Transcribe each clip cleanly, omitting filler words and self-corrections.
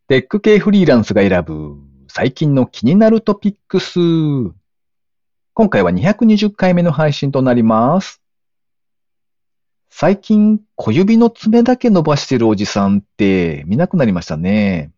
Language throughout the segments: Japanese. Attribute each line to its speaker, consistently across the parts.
Speaker 1: テック系フリーランスが選ぶ最近の気になるトピックス。今回は220回目の配信となります。最近小指の爪だけ伸ばしてるおじさんって見なくなりましたね。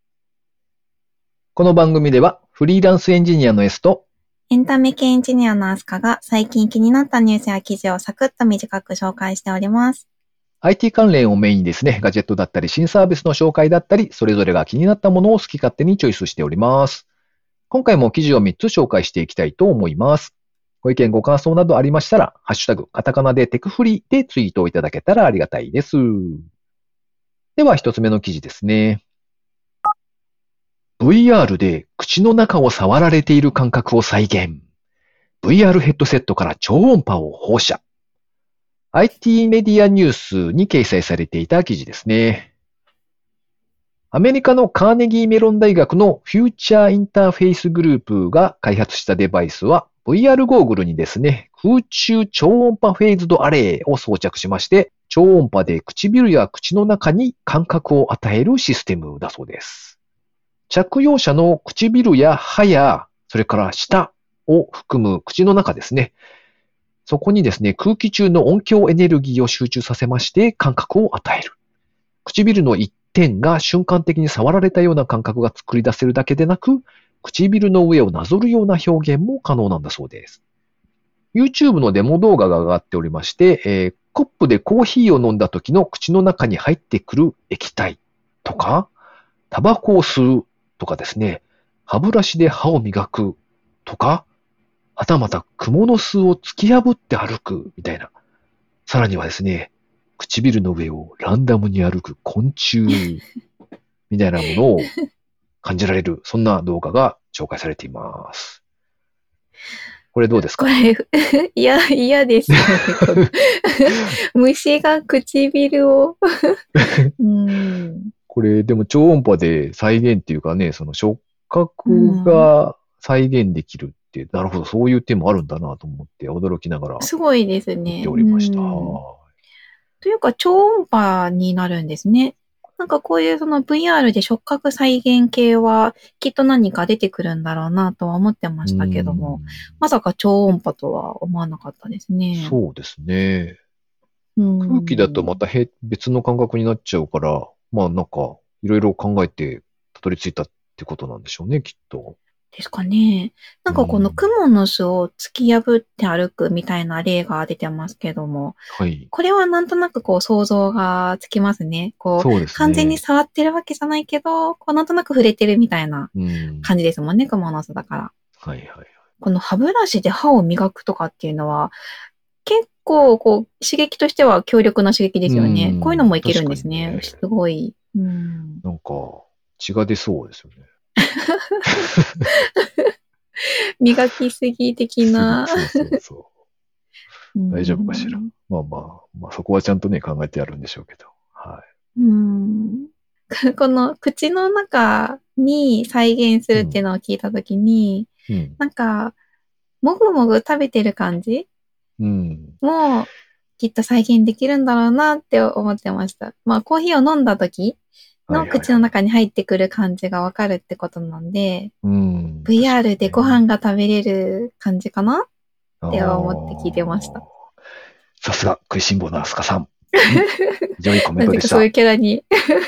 Speaker 1: この番組ではフリーランスエンジニアの S と
Speaker 2: エンタメ系エンジニアのアスカが最近気になったニュースや記事をサクッと短く紹介しております。
Speaker 1: IT 関連をメインにですね、ガジェットだったり新サービスの紹介だったり、それぞれが気になったものを好き勝手にチョイスしております。今回も記事を3つ紹介していきたいと思います。ご意見ご感想などありましたら、ハッシュタグ、カタカナでテクフリでツイートをいただけたらありがたいです。では1つ目の記事ですね。VR で口の中を触られている感覚を再現。VR ヘッドセットから超音波を放射。IT メディアニュースに掲載されていた記事ですね。アメリカのカーネギーメロン大学のフューチャーインターフェイスグループが開発したデバイスは VR ゴーグルにですね、空中超音波フェーズドアレイを装着しまして、超音波で唇や口の中に感覚を与えるシステムだそうです。着用者の唇や歯や、それから舌を含む口の中ですね。そこにですね、空気中の音響エネルギーを集中させまして感覚を与える。唇の一点が瞬間的に触られたような感覚が作り出せるだけでなく、唇の上をなぞるような表現も可能なんだそうです。YouTube のデモ動画が上がっておりまして、コップでコーヒーを飲んだ時の口の中に入ってくる液体とか、タバコを吸うとかですね、歯ブラシで歯を磨くとか、はたまた蜘蛛の巣を突き破って歩くみたいな。さらにはですね、唇の上をランダムに歩く昆虫みたいなものを感じられる、そんな動画が紹介されています。これどうですか？
Speaker 2: これ、嫌ですよね。虫が唇を。
Speaker 1: これでも超音波で再現っていうかね、その触覚が再現できるって、なるほど、そういう点もあるんだなと思って驚きながら
Speaker 2: すごいです
Speaker 1: 見
Speaker 2: ね。
Speaker 1: ておりました。
Speaker 2: というか、超音波になるんですね。なんかこういうその VR で触覚再現系はきっと何か出てくるんだろうなとは思ってましたけども、まさか超音波とは思わなかったですね。
Speaker 1: そうですね。空気だとまた別の感覚になっちゃうから、まあなんかいろいろ考えてたどり着いたってことなんでしょうね、きっと。
Speaker 2: ですかね。なんかこの蜘蛛の巣を突き破って歩くみたいな例が出てますけども、
Speaker 1: はい。
Speaker 2: これはなんとなくこう想像がつきますね。こう、
Speaker 1: そうですね。
Speaker 2: 完全に触ってるわけじゃないけど、こうなんとなく触れてるみたいな感じですもんね、蜘蛛の巣だから。
Speaker 1: はいはい。
Speaker 2: この歯ブラシで歯を磨くとかっていうのは、結構こう刺激としては強力な刺激ですよね。こういうのもいけるんですね。すごい。
Speaker 1: なんか血が出そうですよね。
Speaker 2: 磨きすぎ的な。
Speaker 1: そう。大丈夫かしら。まあそこはちゃんとね考えてやるんでしょうけど。はい。
Speaker 2: この口の中に再現するっていうのを聞いたときに、なんか、もぐもぐ食べてる感じもきっと再現できるんだろうなって思ってました。まあコーヒーを飲んだときの口の中に入ってくる感じがわかるってことなんで、VR でご飯が食べれる感じかなって思って聞いてました。
Speaker 1: さすが食いしん坊なアスカさん。非常にコメントでした。
Speaker 2: そういうキャラに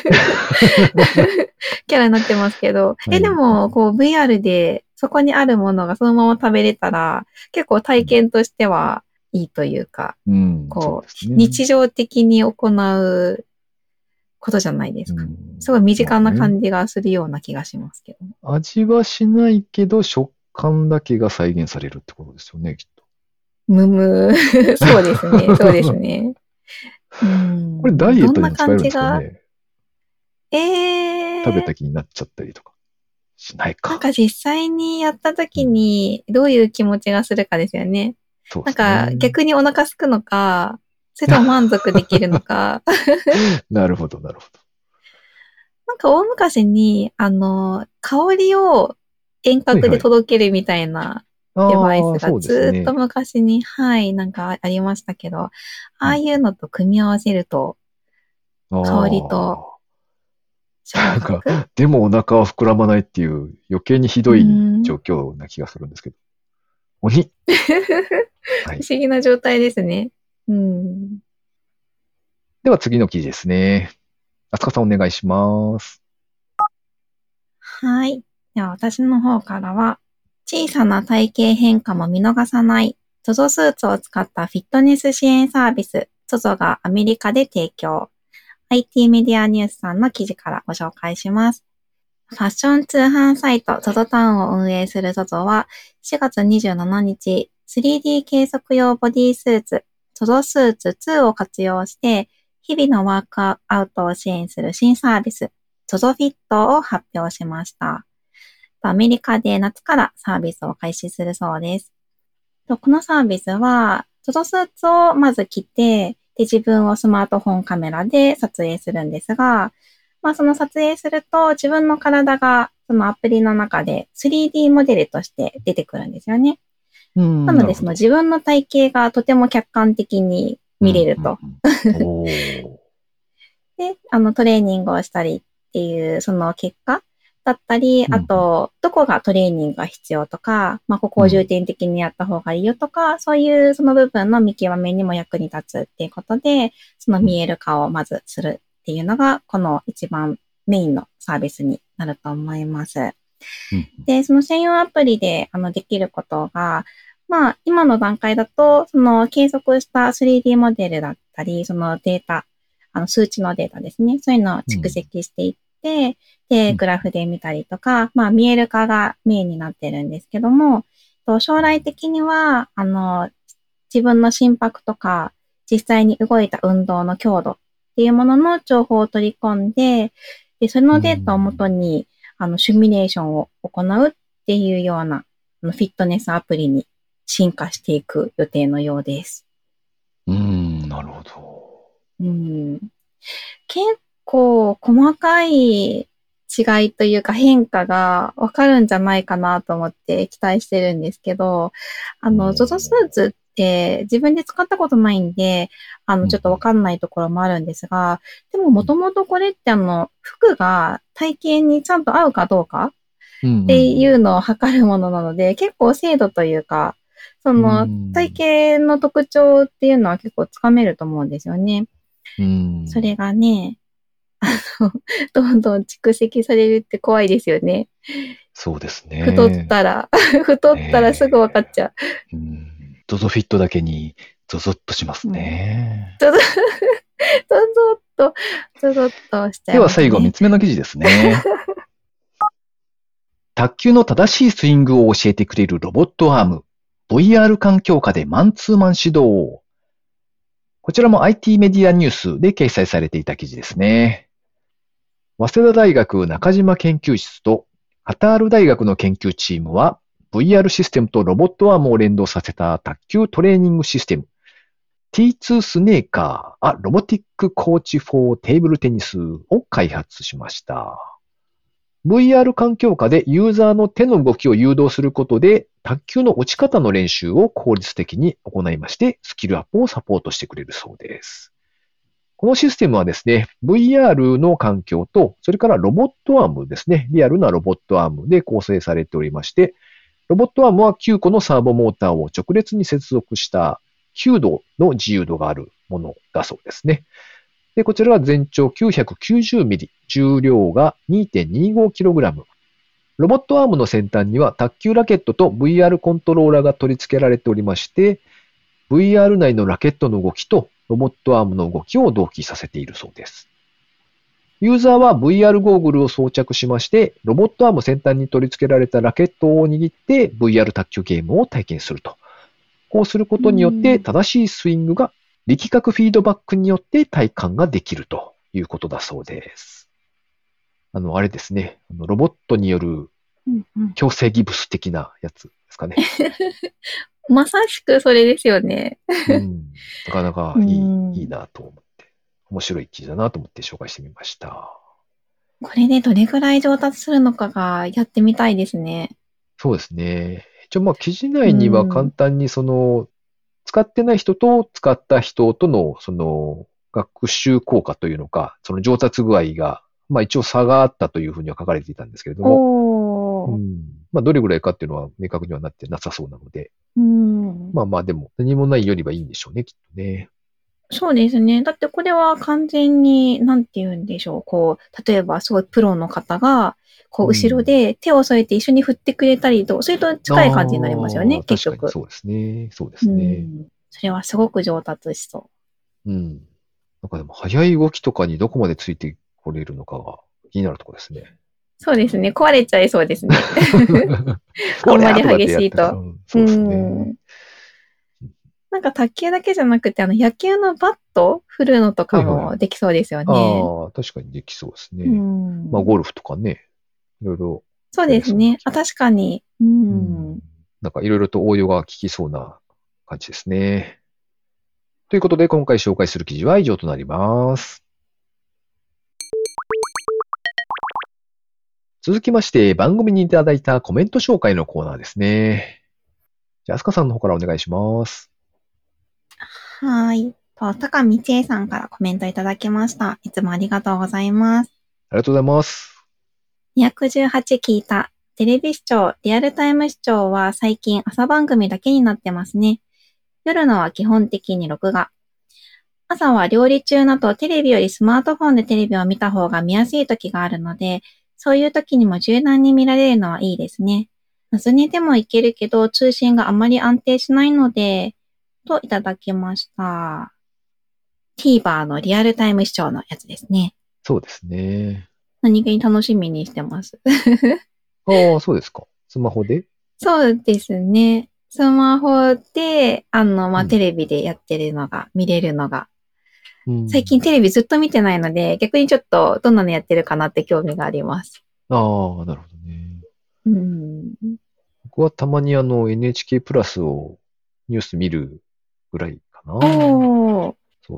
Speaker 2: なってますけど。でも、こう VR でそこにあるものがそのまま食べれたら、結構体験としてはいいというか、こう、日常的に行うことじゃないですか。すごい身近な感じがするような気がしますけど。
Speaker 1: 味はしないけど、食感だけが再現されるってことですよね、きっと。
Speaker 2: そうですね。そうですね。
Speaker 1: これダイエットにも使えるんですかね。食べた気になっちゃったりとか。しないか。
Speaker 2: なんか実際にやった時にどういう気持ちがするかですよね。なんか逆にお腹すくのか、それとも満足できるのか。
Speaker 1: なるほど、なるほど。
Speaker 2: なんか大昔に、香りを遠隔で届けるみたいなデバイスがずっと昔に、なんかありましたけど、ああいうのと組み合わせると、香りと触
Speaker 1: なんか、でもお腹は膨らまないっていう余計にひどい状況な気がするんですけど。鬼
Speaker 2: はい、不思議な状態ですね。うん。
Speaker 1: では次の記事ですね。あつかさんお願いします。
Speaker 2: はい。では私の方からは、小さな体型変化も見逃さない ZOZO スーツを使ったフィットネス支援サービス ZOZO がアメリカで提供。IT メディアニュースさんの記事からご紹介します。ファッション通販サイト ZOZO タウンを運営する ZOZO は4月27日 3D 計測用ボディスーツ ZOZO スーツ2を活用して日々のワークアウトを支援する新サービス ZOZO フィットを発表しました。アメリカで夏からサービスを開始するそうです。このサービスは ZOZO スーツをまず着てで自分をスマートフォンカメラで撮影するんですが、その撮影すると自分の体がそのアプリの中で 3D モデルとして出てくるんですよね。なのでその自分の体型がとても客観的に見れると。で、トレーニングをしたりっていうその結果だったり、あと、どこがトレーニングが必要とか、ここを重点的にやった方がいいよとか、そういうその部分の見極めにも役に立つっていうことで、その見える化をまずするっていうのが、この一番メインのサービスになると思います。で、その専用アプリでできることが、今の段階だと、その計測した 3D モデルだったり、そのデータ、数値のデータですね。そういうのを蓄積していって、で、グラフで見たりとか、見える化がメインになってるんですけども、将来的には、自分の心拍とか、実際に動いた運動の強度っていうものの情報を取り込んで、で、そのデータをもとに、シミュレーションを行うっていうような、フィットネスアプリに進化していく予定のようです。
Speaker 1: なるほど。
Speaker 2: 結構細かい違いというか変化がわかるんじゃないかなと思って期待してるんですけど、ZOZO スーツって自分で使ったことないんで、ちょっとわかんないところもあるんですが、でももともとこれって服が体型にちゃんと合うかどうかっていうのを測るものなので、結構精度というか、その体型の特徴っていうのは結構つかめると思うんですよね。それがね、どんどん蓄積されるって怖いですよね。
Speaker 1: そうですね。
Speaker 2: 太ったらすぐ分かっちゃう。
Speaker 1: ZOZO フィットだけにゾゾッとしますね。
Speaker 2: ゾゾッとしちゃいますね。
Speaker 1: では最後3つ目の記事ですね。卓球の正しいスイングを教えてくれるロボットアーム。VR 環境下でマンツーマン指導。こちらも IT メディアニュースで掲載されていた記事ですね。早稲田大学中島研究室とカタール大学の研究チームは VR システムとロボットアームを連動させた卓球トレーニングシステム T2 スネーカー、ロボティックコーチフォーテーブルテニスを開発しました。VR 環境下でユーザーの手の動きを誘導することで、卓球の落ち方の練習を効率的に行いまして、スキルアップをサポートしてくれるそうです。このシステムはですね、VR の環境と、それからロボットアームですね、リアルなロボットアームで構成されておりまして、ロボットアームは9個のサーボモーターを直列に接続した9度の自由度があるものだそうですね。で、こちらは全長990ミリ、重量が 2.25kg。ロボットアームの先端には卓球ラケットと VR コントローラーが取り付けられておりまして、VR 内のラケットの動きとロボットアームの動きを同期させているそうです。ユーザーは VR ゴーグルを装着しまして、ロボットアーム先端に取り付けられたラケットを握って VR 卓球ゲームを体験すると。こうすることによって正しいスイングが力学フィードバックによって体感ができるということだそうです。あれですね。ロボットによる強制ギブス的なやつですかね。
Speaker 2: まさしくそれですよね。
Speaker 1: なかなかいいなと思って、面白い記事だなと思って紹介してみました。
Speaker 2: これでどれくらい上達するのかがやってみたいですね。
Speaker 1: そうですね。一応記事内には簡単に使ってない人と使った人との学習効果というのか、その上達具合がまあ一応差があったというふうには書かれていたんですけれども、まあどれぐらいかっていうのは明確にはなってなさそうなので、まあまあでも何もないよりはいいんでしょうね、きっとね。
Speaker 2: そうですね。だってこれは完全に、なんて言うんでしょう。こう、例えばすごいプロの方が、こう、後ろで手を添えて一緒に振ってくれたりと、それと近い感じになりますよね、結局。
Speaker 1: 確かにそうですね。そうですね。
Speaker 2: それはすごく上達しそう。
Speaker 1: なんかでも、速い動きとかにどこまでついてこれるのかが気になるところですね。
Speaker 2: そうですね。壊れちゃいそうですね。あんまり激しいと。
Speaker 1: そうですね。
Speaker 2: なんか卓球だけじゃなくて、野球のバット振るのとかもできそうですよね。
Speaker 1: ああ、確かにできそうですね。まあ、ゴルフとかね、いろいろ。
Speaker 2: そうですね。確かに。
Speaker 1: なんかいろいろと応用が効きそうな感じですね。ということで、今回紹介する記事は以上となります。続きまして、番組にいただいたコメント紹介のコーナーですね。じゃあ、アスカさんの方からお願いします。
Speaker 2: はい。高見千恵さんからコメントいただきました。いつもありがとうございます。
Speaker 1: ありがとうございます。
Speaker 2: 218聞いた。テレビ視聴、リアルタイム視聴は最近朝番組だけになってますね。夜のは基本的に録画。朝は料理中などテレビよりスマートフォンでテレビを見た方が見やすい時があるので、そういう時にも柔軟に見られるのはいいですね。夏寝でもいけるけど通信があまり安定しないので、といただきました。TVer のリアルタイム視聴のやつですね。
Speaker 1: そうですね。
Speaker 2: 何気に楽しみにしてます。
Speaker 1: ああ、そうですか。スマホで？
Speaker 2: そうですね。スマホで、テレビでやってるのが、見れるのが。最近テレビずっと見てないので、逆にちょっとどんなのやってるかなって興味があります。
Speaker 1: ああ、なるほどね。僕はたまにNHK プラスをニュース見るぐらいかな。そう、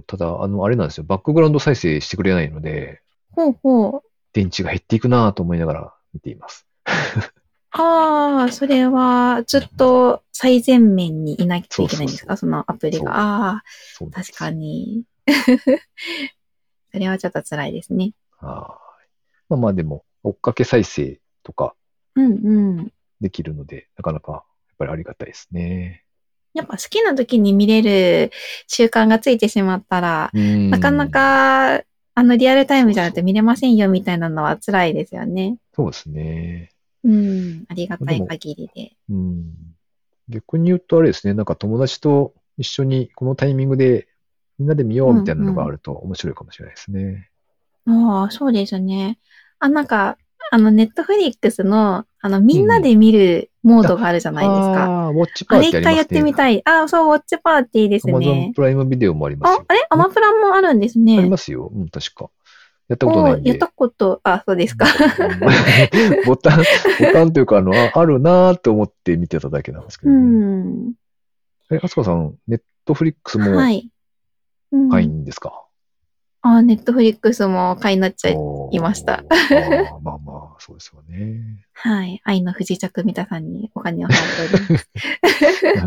Speaker 1: ただ、あれなんですよ。バックグラウンド再生してくれないので、電池が減っていくなぁと思いながら見ています。
Speaker 2: ああ、それはずっと最前面にいなきゃいけないんですか？そのアプリが。ああ、確かに。それはちょっと辛いですね。
Speaker 1: まあまあでも、追っかけ再生とかできるので、なかなかやっぱりありがたいですね。
Speaker 2: やっぱ好きな時に見れる習慣がついてしまったら、なかなかリアルタイムじゃなくて見れませんよみたいなのは辛いですよね。
Speaker 1: そうですね。
Speaker 2: ありがたい限りで。
Speaker 1: 逆に言うとあれですね、なんか友達と一緒にこのタイミングでみんなで見ようみたいなのがあると面白いかもしれないですね。
Speaker 2: ああ、そうですね。なんか、ネットフリックスの、みんなで見るモードがあるじゃないですか。
Speaker 1: ウォッチパーティーありますね。
Speaker 2: あれ一回やってみたい。そう、ウォッチパーティーですね。
Speaker 1: Amazon プライムビデオもありますよ。
Speaker 2: アマプラもあるんですね。
Speaker 1: ありますよ。確か。やったことないんで。
Speaker 2: やったこと、そうですか。
Speaker 1: ボタンというか、あるなーって思って見てただけなんですけどね。あすかさん、ネットフリックスも会員ですか？
Speaker 2: ネットフリックスも買いになっちゃいました。
Speaker 1: まあまあ、そうですよね。
Speaker 2: はい。愛の不時着見たさんにお金を払っております。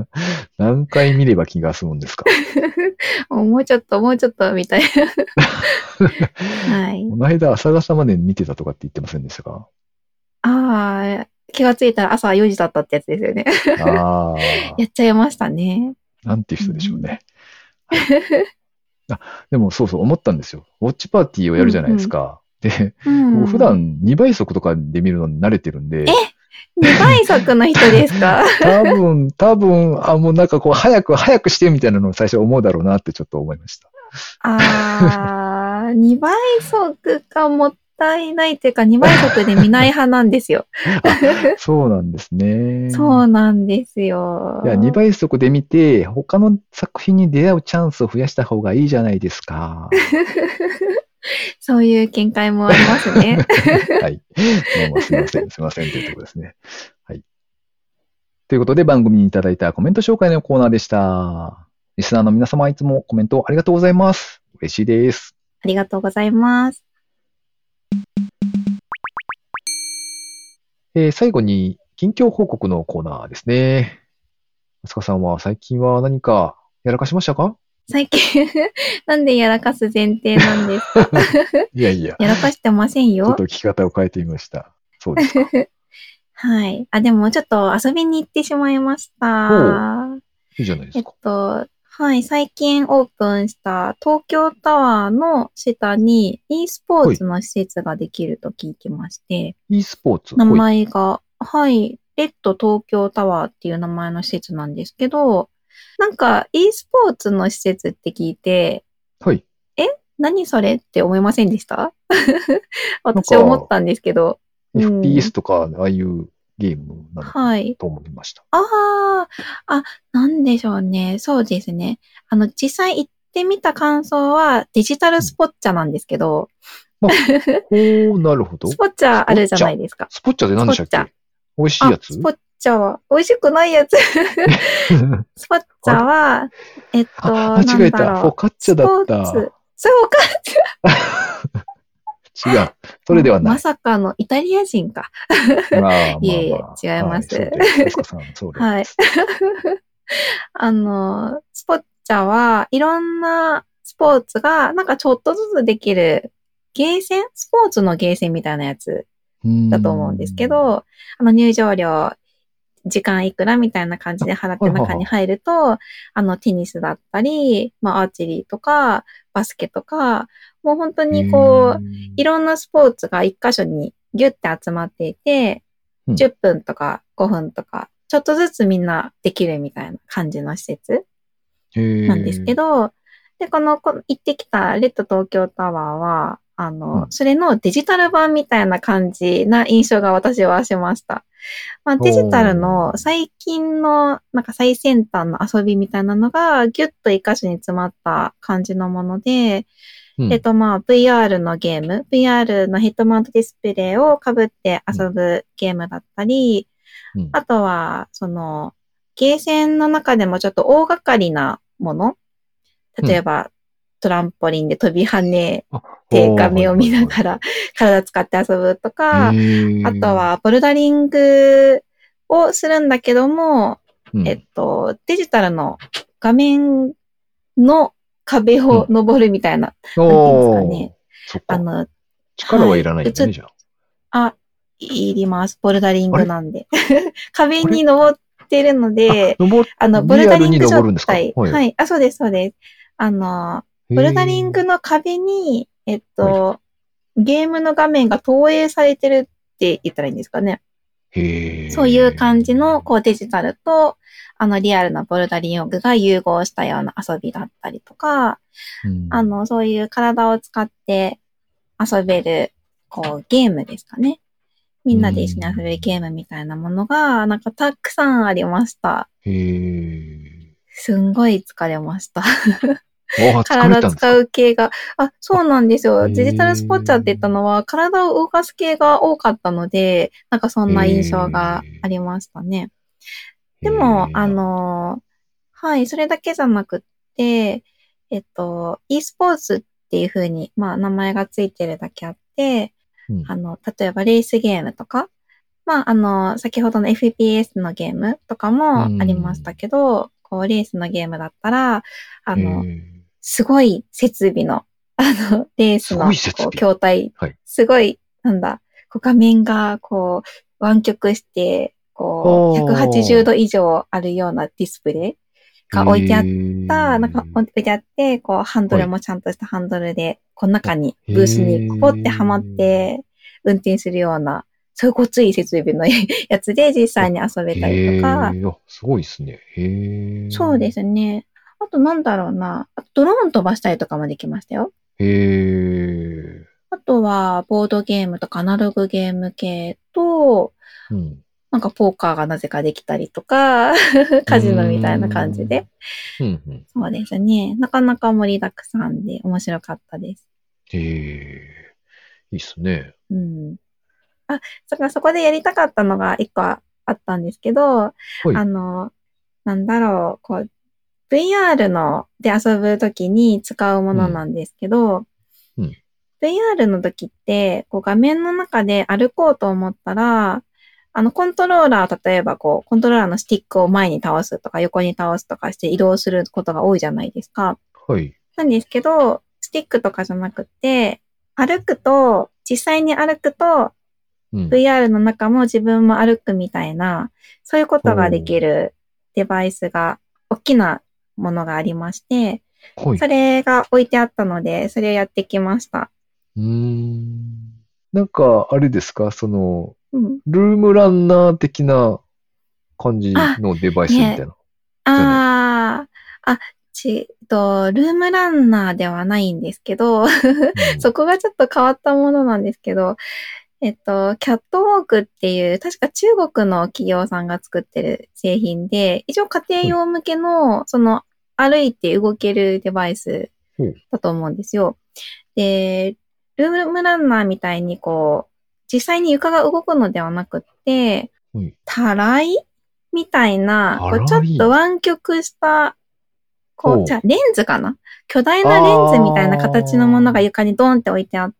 Speaker 1: 何回見れば気が済むんですか？
Speaker 2: もうちょっと、みたいな。はい。
Speaker 1: この間、朝方まで見てたとかって言ってませんでしたか？
Speaker 2: 気がついたら朝4時だったってやつですよね。やっちゃいましたね。
Speaker 1: なんていう人でしょうね。でもそうそう思ったんですよ。ウォッチパーティーをやるじゃないですか。で、普段2倍速とかで見るのに慣れてるんで。
Speaker 2: 2倍速の人ですか？
Speaker 1: 多分、もうなんかこう、早くしてみたいなのを最初思うだろうなってちょっと思いました。
Speaker 2: 2倍速かもったいないっていうか、2倍速で見ない派なんですよ。
Speaker 1: そうなんですね。
Speaker 2: そうなんですよ。
Speaker 1: いや、2倍速で見て、他の作品に出会うチャンスを増やした方がいいじゃないですか。
Speaker 2: そういう見解もありますね。
Speaker 1: はい。もうすいませんというところですね。はい。ということで番組にいただいたコメント紹介のコーナーでした。リスナーの皆様いつもコメントありがとうございます。嬉しいです。
Speaker 2: ありがとうございます。
Speaker 1: 最後に近況報告のコーナーですね。あすかさんは最近は何かやらかしましたか？
Speaker 2: 最近、なんでやらかす前提なんですか？
Speaker 1: いやいや。
Speaker 2: やらかしてませんよ。
Speaker 1: ちょっと聞き方を変えてみました。そうですか。
Speaker 2: はい。あ、でもちょっと遊びに行ってしまいました。
Speaker 1: いいじゃないですか。
Speaker 2: はい。最近オープンした東京タワーの下に e スポーツの施設ができると聞いてまして、
Speaker 1: e スポーツ
Speaker 2: 名前が、はい。レッド東京タワーっていう名前の施設なんですけど、なんか e スポーツの施設って聞いて、
Speaker 1: はい。
Speaker 2: 何それって思いませんでした？私思ったんですけど。
Speaker 1: FPS とか、ああいうゲームなのかと思いました。
Speaker 2: なんでしょうね。そうですね。実際行ってみた感想はデジタルスポッチャなんですけど。
Speaker 1: なるほど。
Speaker 2: スポッチャあるじゃないですか。
Speaker 1: スポッチャって何でしたっけ？美味しいやつ？
Speaker 2: スポッチャは、美味しくないやつ。スポッチャは、
Speaker 1: 間違えた。フォカッチャだった。
Speaker 2: そう、フォカッチ
Speaker 1: ャ。違う。それではない。
Speaker 2: まさかのイタリア人か。いえいえ、違います。はい。スポッチャはいろんなスポーツがなんかちょっとずつできるスポーツのゲーセンみたいなやつだと思うんですけど、入場料時間いくらみたいな感じで払って中に入ると、テニスだったり、アーチェリーとか、バスケとか、もう本当にいろんなスポーツが一箇所にギュッて集まっていて、10分とか5分とか、ちょっとずつみんなできるみたいな感じの施設なんですけど、で、行ってきたレッド東京タワーは、それのデジタル版みたいな感じな印象が私はしました。デジタルの最近のなんか最先端の遊びみたいなのがギュッと一箇所に詰まった感じのもので、VR のゲーム、VR のヘッドマウントディスプレイを被って遊ぶゲームだったり、あとは、ゲーセンの中でもちょっと大掛かりなもの、例えば、トランポリンで飛び跳ねて画面を見ながら体使って遊ぶとか、あとはボルダリングをするんだけども、デジタルの画面の壁を登るみたいな、なんていうんですかね。
Speaker 1: 力はいらないよね、じゃ
Speaker 2: あ。いります。ボルダリングなんで。壁に登ってるので、ボルダリング状態。はい。そうです、そうです。ボルダリングの壁に、ゲームの画面が投影されてるって言ったらいいんですかね。そういう感じの、デジタルと、リアルなボルダリングが融合したような遊びだったりとか、そういう体を使って遊べる、ゲームですかね。みんなで一緒に遊べるゲームみたいなものが、なんかたくさんありました。すんごい疲れました。体使う系が。そうなんですよ。デジタルスポッチャって言ったのは、体を動かす系が多かったので、なんかそんな印象がありましたね。でも、はい、それだけじゃなくって、e スポーツっていう風に、名前がついてるだけあって、例えばレースゲームとか、先ほどの FPS のゲームとかもありましたけど、レースのゲームだったら、すごい設備の、レースの筐体、すごい、画面が、湾曲して、180度以上あるようなディスプレイが置いてあった、置いてあって、ハンドルもちゃんとしたハンドルで、中に、ブースにポってはまって、運転するような、そういうごつい設備のやつで実際に遊べたりとか。
Speaker 1: すごいですね。
Speaker 2: そうですね。あとなんだろうな。ドローン飛ばしたりとかもできましたよ。あとは、ボードゲームとかアナログゲーム系と、なんかポーカーがなぜかできたりとか、カジノみたいな感じで。そうですね。なかなか盛りだくさんで面白かったです。
Speaker 1: いいっすね。
Speaker 2: そこでやりたかったのが一個あったんですけど、VR で遊ぶときに使うものなんですけど、VR の時って、画面の中で歩こうと思ったら、コントローラー、例えばコントローラーのスティックを前に倒すとか横に倒すとかして移動することが多いじゃないですか。
Speaker 1: はい。
Speaker 2: なんですけど、スティックとかじゃなくて、実際に歩くと、
Speaker 1: うん。
Speaker 2: VR の中も自分も歩くみたいな、そういうことができるデバイスが、大きなものがありまして、
Speaker 1: はい。
Speaker 2: それが置いてあったので、それをやってきました。
Speaker 1: なんか、あれですか
Speaker 2: うん。
Speaker 1: ルームランナー的な感じ
Speaker 2: あ、
Speaker 1: のデバイ
Speaker 2: いえ、
Speaker 1: スみたいな。じゃない。
Speaker 2: あー、あ、ルームランナーではないんですけど、
Speaker 1: うん。
Speaker 2: そこがちょっと変わったものなんですけど、キャットウォークっていう、確か中国の企業さんが作ってる製品で、一応家庭
Speaker 1: はい。
Speaker 2: 用向けの、歩いて動けるデバイス
Speaker 1: ほう。
Speaker 2: だと思うんですよ。で、ルームランナーみたいに実際に床が動くのではなくって、
Speaker 1: はい。
Speaker 2: たらいみたいな、
Speaker 1: た
Speaker 2: ちょっと
Speaker 1: らい。
Speaker 2: 湾曲した、じゃあ、
Speaker 1: ほう。
Speaker 2: レンズかな、巨大
Speaker 1: あ
Speaker 2: なレンズみたいな形のものが
Speaker 1: あ。
Speaker 2: 床にドンって置いてあって、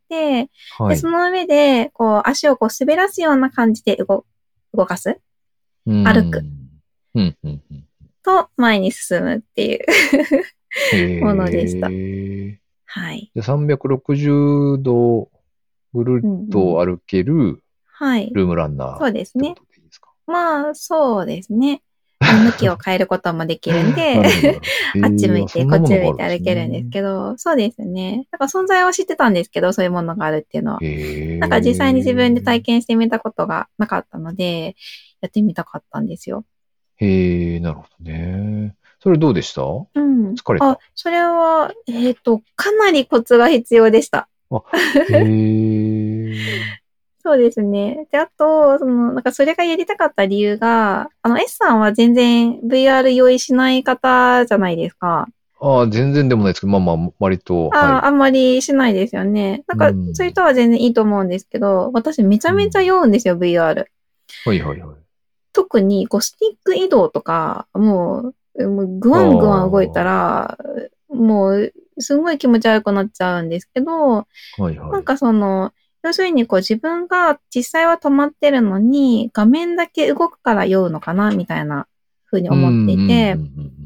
Speaker 2: で、そ
Speaker 1: はい。
Speaker 2: の上で、足を滑らすような感じで動かす
Speaker 1: う
Speaker 2: 歩く
Speaker 1: ん。うん、うん、うん。
Speaker 2: と前に進むっていうものでした。
Speaker 1: へえ。
Speaker 2: はい。
Speaker 1: で、360度ぐるっ
Speaker 2: うんうん。
Speaker 1: と歩ける
Speaker 2: はい。
Speaker 1: ルームランナーっ
Speaker 2: そうですね。
Speaker 1: てことでいいですか？
Speaker 2: まあ、そうですね。向きを変えることもできるんで
Speaker 1: なるほど、なるほど。
Speaker 2: あっち向
Speaker 1: へえ、
Speaker 2: いて、
Speaker 1: そんなも
Speaker 2: こっち向い
Speaker 1: のがあるんです
Speaker 2: て歩けるんです
Speaker 1: ね。
Speaker 2: けど、そうですね。だから存在は知ってたんですけど、そういうものがあるっていうのは。
Speaker 1: へ
Speaker 2: なんか実際に自分で体
Speaker 1: え。
Speaker 2: 験してみたことがなかったので、やってみたかったんですよ。
Speaker 1: へえ、なるほどね。それどうでした？
Speaker 2: うん。あ、
Speaker 1: 疲れた？
Speaker 2: それは、かなりコツが必要でした。
Speaker 1: あ、へえ。
Speaker 2: そうですね。で、あと、なんかそれがやりたかった理由が、S さんは全然 VR 用意しない方じゃないですか。
Speaker 1: ああ、全然でもないですけど、まあまあ、割と、は
Speaker 2: ああ、
Speaker 1: い。
Speaker 2: あんまりしないですよね。なん
Speaker 1: う
Speaker 2: か、そういう
Speaker 1: ん。
Speaker 2: 人は全然いいと思うんですけど、私めちゃめちゃ
Speaker 1: うん。
Speaker 2: 酔うんですよ、VR。
Speaker 1: はいはいはい。
Speaker 2: 特に、スティック移動とか、もうグ
Speaker 1: あ
Speaker 2: ワングワン動いた
Speaker 1: あ、
Speaker 2: ら、もう、すんごい気持ち悪くなっちゃうんですけど、なん
Speaker 1: はいはい。
Speaker 2: か要するに自分が実際は止まってるのに、画面だけ動くから酔うのかな、みたいな風に
Speaker 1: うん、
Speaker 2: 思ってい
Speaker 1: うん、
Speaker 2: て、
Speaker 1: うん、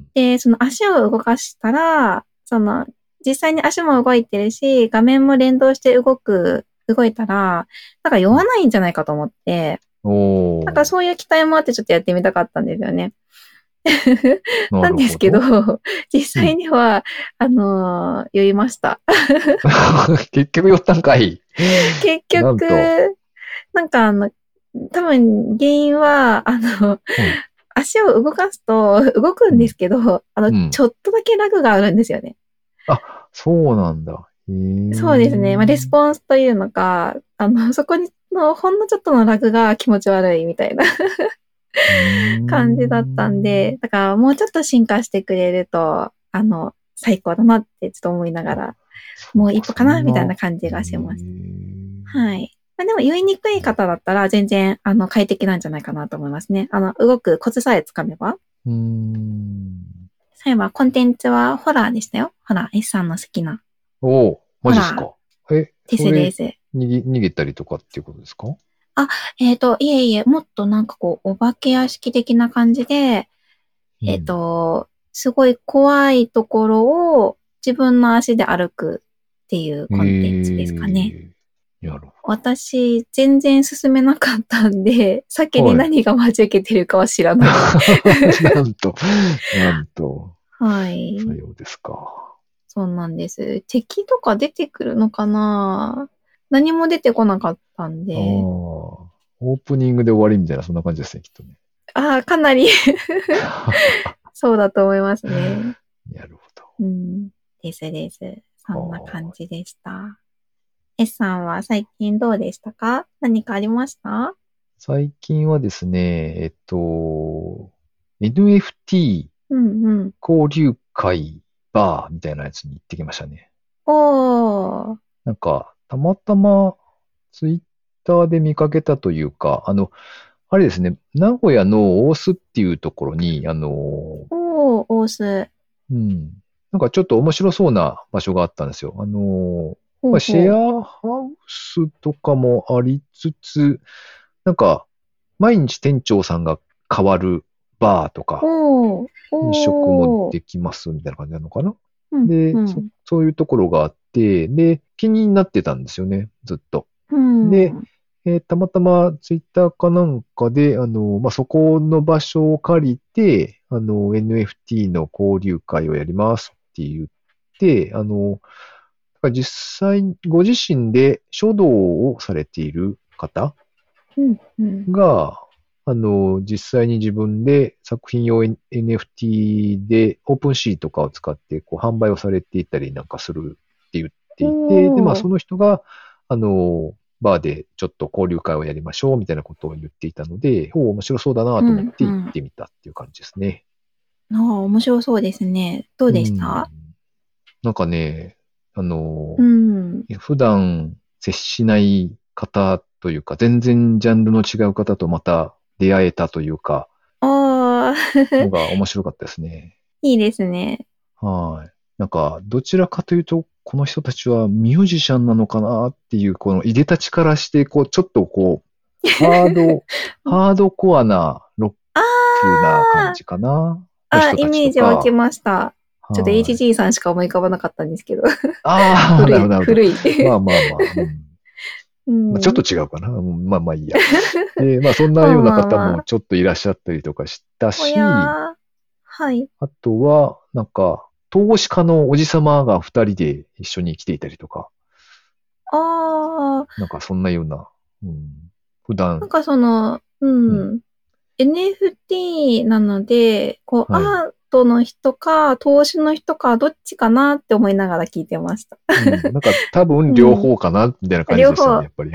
Speaker 2: で、その足を動かしたら、実際に足も動いてるし、画面も連動して動いたら、なんか酔
Speaker 1: うん。
Speaker 2: わないんじゃないかと思って、なんか
Speaker 1: おー、
Speaker 2: そういう期待もあってちょっとやってみたかったんですよね。
Speaker 1: な
Speaker 2: なんですけど、
Speaker 1: るほど。
Speaker 2: 実
Speaker 1: うん。
Speaker 2: 際には、酔いました。
Speaker 1: 結局寄ったんかい。
Speaker 2: 結
Speaker 1: なんと。
Speaker 2: 局、なんか多分原因は、
Speaker 1: はい。
Speaker 2: 足を動かすと動くんです
Speaker 1: うん。
Speaker 2: けど、
Speaker 1: うん。
Speaker 2: ちょっとだけラグがあるんですよね。
Speaker 1: あ、そうなんだ。へ
Speaker 2: そうですね。まあ、レス
Speaker 1: え。
Speaker 2: ポンスというのか、そこのほんのちょっとのラグが気持ち悪いみたいな
Speaker 1: うー
Speaker 2: 感じだったん
Speaker 1: ん。
Speaker 2: で、だからもうちょっと進化してくれると、最高だなってちょっと思いなが
Speaker 1: あ、
Speaker 2: ら、
Speaker 1: そうか、
Speaker 2: もう一歩か
Speaker 1: そんな。
Speaker 2: なみたいな感
Speaker 1: へ
Speaker 2: じがします。
Speaker 1: え。
Speaker 2: はい。まあ、でも酔いにくい方だったら全然、快適なんじゃないかなと思いますね。動くコツさえつかめば。
Speaker 1: うーん。
Speaker 2: そういえば、コンテンツはホラーでしたよ。ホラー、S さんの好きな。
Speaker 1: おー、マ
Speaker 2: ホラ
Speaker 1: ジっすか。え、
Speaker 2: ーで
Speaker 1: それ、
Speaker 2: すです。
Speaker 1: 逃げたりとかっていうことですか？
Speaker 2: あ、いえいえ、もっとなんかお化け屋敷的な感じで、
Speaker 1: うん。
Speaker 2: すごい怖いところを自分の足で歩くっていうコンテンツですかね。
Speaker 1: なる
Speaker 2: 私、全然進めなかったんで、先
Speaker 1: ほど。はい。
Speaker 2: に何が待ち受けてるかは知らない。
Speaker 1: なんと、なんと、
Speaker 2: はい。
Speaker 1: さようですか。
Speaker 2: そうなんです。敵とか出てくるのかな？何も出てこなかったん
Speaker 1: ああ、
Speaker 2: で。
Speaker 1: オープニングで終わりみたいな、そんな感じですね、きっとね。
Speaker 2: ああ、かなりそうだと思いますね。
Speaker 1: なるほど。
Speaker 2: うん。ですです。そんな感
Speaker 1: は
Speaker 2: じでした。S さんは最近どうでしたか？何かありました？
Speaker 1: 最近はですね、NFT
Speaker 2: うんうん。
Speaker 1: 交流会バーみたいなやつに行ってきましたね。
Speaker 2: おー。
Speaker 1: なんか、たまたまツイッターで見かけたというか、あれですね、名古屋の大須っていうところに、
Speaker 2: おー、オース。
Speaker 1: うん、なんかちょっと面白そうな場所があったんですよ。まあ、シェ
Speaker 2: ほうほ
Speaker 1: アハウスとかもありつつ、なんか、毎日店長さんが変わるバーと
Speaker 2: う。
Speaker 1: か、
Speaker 2: おー、
Speaker 1: 飲食も
Speaker 2: おー。
Speaker 1: できますみたいな感じなのかな。 で、そういうところがあって、で、気になってたんですよね、ずっと。で、たまたまツイッターかなんかで、そこの場所を借りて、NFT の交流会をやりますって言って、実際、ご自身で書道をされている方が、実際に自分で作品用 NFT でオープンシーとかを使ってこう販売をされていたりなんかするって言っていて、で、その人が、バーでちょっと交流会をやりましょうみたいなことを言っていたので、面白そうだなと思って行ってみたっていう感じですね。
Speaker 2: 面白そうですね。どうでした？
Speaker 1: なんかね、普段接しない方というか、全然ジャンルの違う方とまた出会えたというか、のが面白かったですね。
Speaker 2: いいですね。
Speaker 1: はい。なんか、どちらかというと、この人たちはミュージシャンなのかなっていう、この入れたちからして、こう、ちょっとこう、ハードコアなロックな感じかな。
Speaker 2: イメージ湧きました。ちょっと HG さんしか思い浮かばなかったんですけど。
Speaker 1: なるほど。
Speaker 2: 古い。
Speaker 1: まあ。ちょっと違うかな。まあいいや。で、そんなような方もちょっといらっしゃったりとかしたし、
Speaker 2: はい。
Speaker 1: あとは、なんか、投資家のおじさまが二人で一緒に来ていたりとか。なんかそんなような、普段。
Speaker 2: なんかNFT なので、こう、アートの人か、投資の人か、どっちかなって思いながら聞いてました。
Speaker 1: なんか多分両方かな、みたいな感じですよね、やっぱり。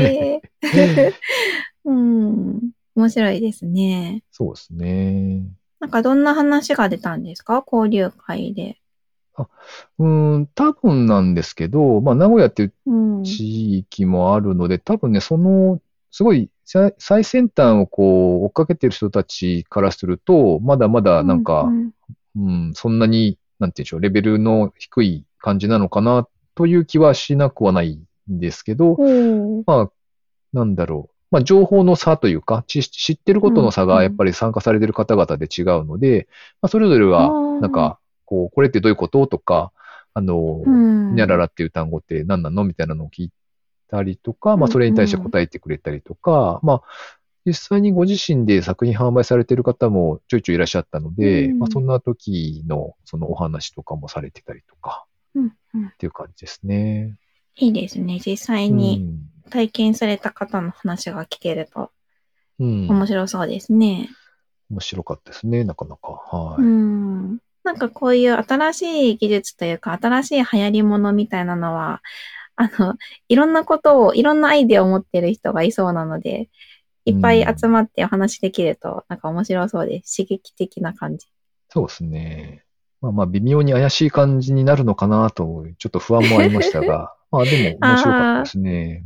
Speaker 2: 面白いですね。
Speaker 1: そうですね。
Speaker 2: なんかどんな話が出たんですか？交流会で。
Speaker 1: 多分なんですけど、名古屋っていう地域もあるので、多分ね、すごい最先端をこう追っかけてる人たちからすると、まだまだなんか、そんなに、なんていうんでしょう、レベルの低い感じなのかなという気はしなくはないんですけど、なんだろう。情報の差というか、知ってることの差がやっぱり参加されてる方々で違うので、それぞれは、なんか、これってどういうこととか、にゃららっていう単語って何なのみたいなのを聞いたりとか、それに対して答えてくれたりとか、実際にご自身で作品販売されている方もちょいちょいいらっしゃったので、そんな時のそのお話とかもされてたりとか、っていう感じですね。
Speaker 2: いいですね。実際に体験された方の話が聞けると、面白そうですね。
Speaker 1: 面白かったですね、なかなか。
Speaker 2: なんかこういう新しい技術というか、新しい流行り物みたいなのは、いろんなことを、いろんなアイデアを持ってる人がいそうなので、いっぱい集まってお話できると、なんか面白そうです。刺激的な感じ。
Speaker 1: そうですね。微妙に怪しい感じになるのかなと、ちょっと不安もありましたが、でも面白かったですね。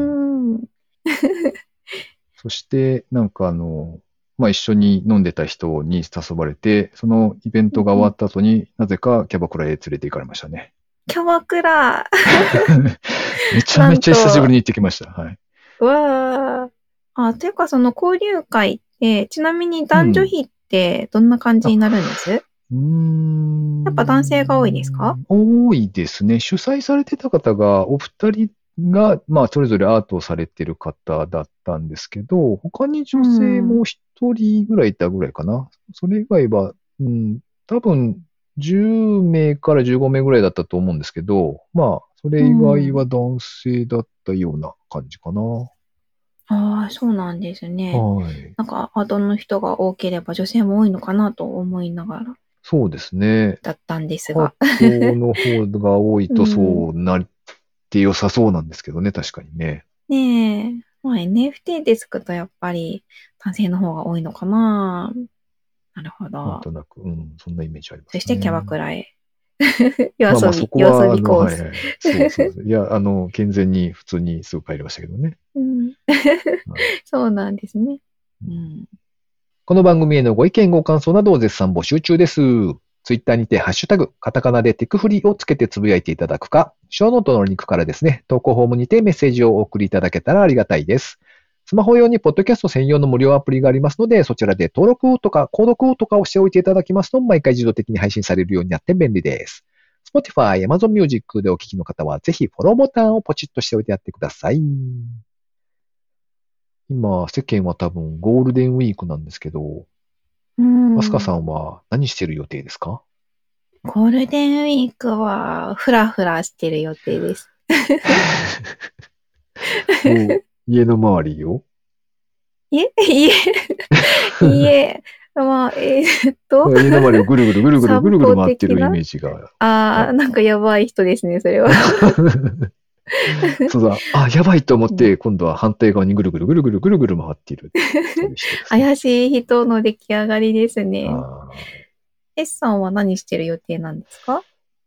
Speaker 1: そして、なんか一緒に飲んでた人に誘われて、そのイベントが終わった後になぜかキャバクラへ連れて行かれましたね。
Speaker 2: キャバクラ
Speaker 1: めちゃめちゃ久しぶりに行ってきました。はい。
Speaker 2: わー。ていうかその交流会って、ちなみに男女比ってどんな感じになるんです？やっぱ男性が多いですか？
Speaker 1: 多いですね。主催されてた方が、お二人が、それぞれアートをされてる方だったんですけど、他に女性も一人ぐらいいたぐらいかな。それ以外は、多分10名から15名ぐらいだったと思うんですけど、それ以外は男性だったような感じかな。
Speaker 2: そうなんですね。なんか、アートの人が多ければ女性も多いのかなと思いながら。
Speaker 1: そうですね。
Speaker 2: だったんですが。
Speaker 1: アートの方が多いとそうなって良さそうなんですけどね、確かにね。
Speaker 2: ねえ。NFT でつくとやっぱり男性の方が多いのかな。なるほど。
Speaker 1: なんとなく、そんなイメージあります
Speaker 2: ね。そしてキャバクラへ。
Speaker 1: 夜遊びコース。そう。いや、健全に普通にすぐ帰りましたけどね。
Speaker 2: そうなんですね。
Speaker 1: この番組へのご意見ご感想などを絶賛募集中です。ツイッターにてハッシュタグ、カタカナでテクフリをつけてつぶやいていただくか、ショーノートのリンクからですね、投稿フォームにてメッセージをお送りいただけたらありがたいです。スマホ用にポッドキャスト専用の無料アプリがありますので、そちらで登録とか購読とかをしておいていただきますと、毎回自動的に配信されるようになって便利です。 Spotify、Amazon Music でお聞きの方は、ぜひフォローボタンをポチッとしておいてやってください。今、世間は多分ゴールデンウィークなんですけど、アスカさんは何してる予定ですか？
Speaker 2: ゴールデンウィークは、フラフラしてる予定です。
Speaker 1: 家の周りを
Speaker 2: 家、まあ、
Speaker 1: 家の周りをぐるぐるぐるぐるぐるぐる回ってるイメージが。
Speaker 2: なんかやばい人ですね、それは。
Speaker 1: そうだ。やばいと思って、今度は反対側にぐるぐるぐるぐるぐるぐる回っている。
Speaker 2: 怪しい人の出来上がりですね。S さんは何してる予定なんですか？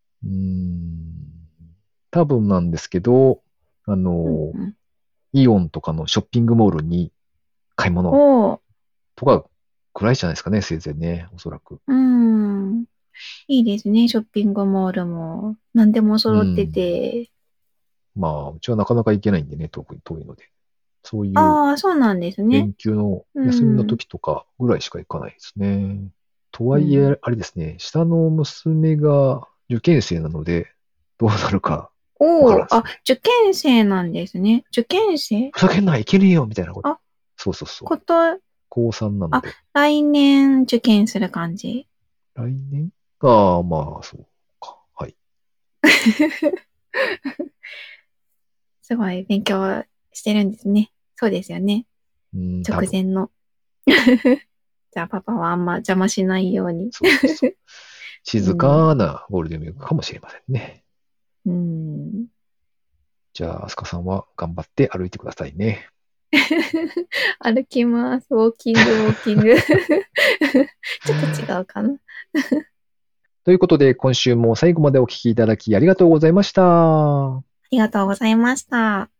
Speaker 1: 多分なんですけど、イオンとかのショッピングモールに買い物とかくらいじゃないですかね、せいぜいね、おそらく。
Speaker 2: いいですね、ショッピングモールも。何でも揃ってて。
Speaker 1: まあ、うちはなかなか行けないんでね、遠いので。そういう。
Speaker 2: そうなんですね。
Speaker 1: 連休の休みの時とかぐらいしか行かないですね。とはいえ、あれですね、下の娘が受験生なので、どうなるか。
Speaker 2: 受験生なんですね。受験生？
Speaker 1: ふざけんない、いけねえよ、みたいなこと。そう。高3なので。
Speaker 2: 来年受験する感じ？
Speaker 1: 来年？まあ、そうか。はい。
Speaker 2: すごい勉強してるんですね。そうですよね。直前の。じゃあパパはあんま邪魔しないように。
Speaker 1: そう。静かなゴールデンウィークかもしれませんね。じゃあ、アスカさんは頑張って歩いてくださいね。
Speaker 2: 歩きます。ウォーキング。ちょっと違うかな。
Speaker 1: ということで、今週も最後までお聞きいただきありがとうございました。
Speaker 2: ありがとうございました。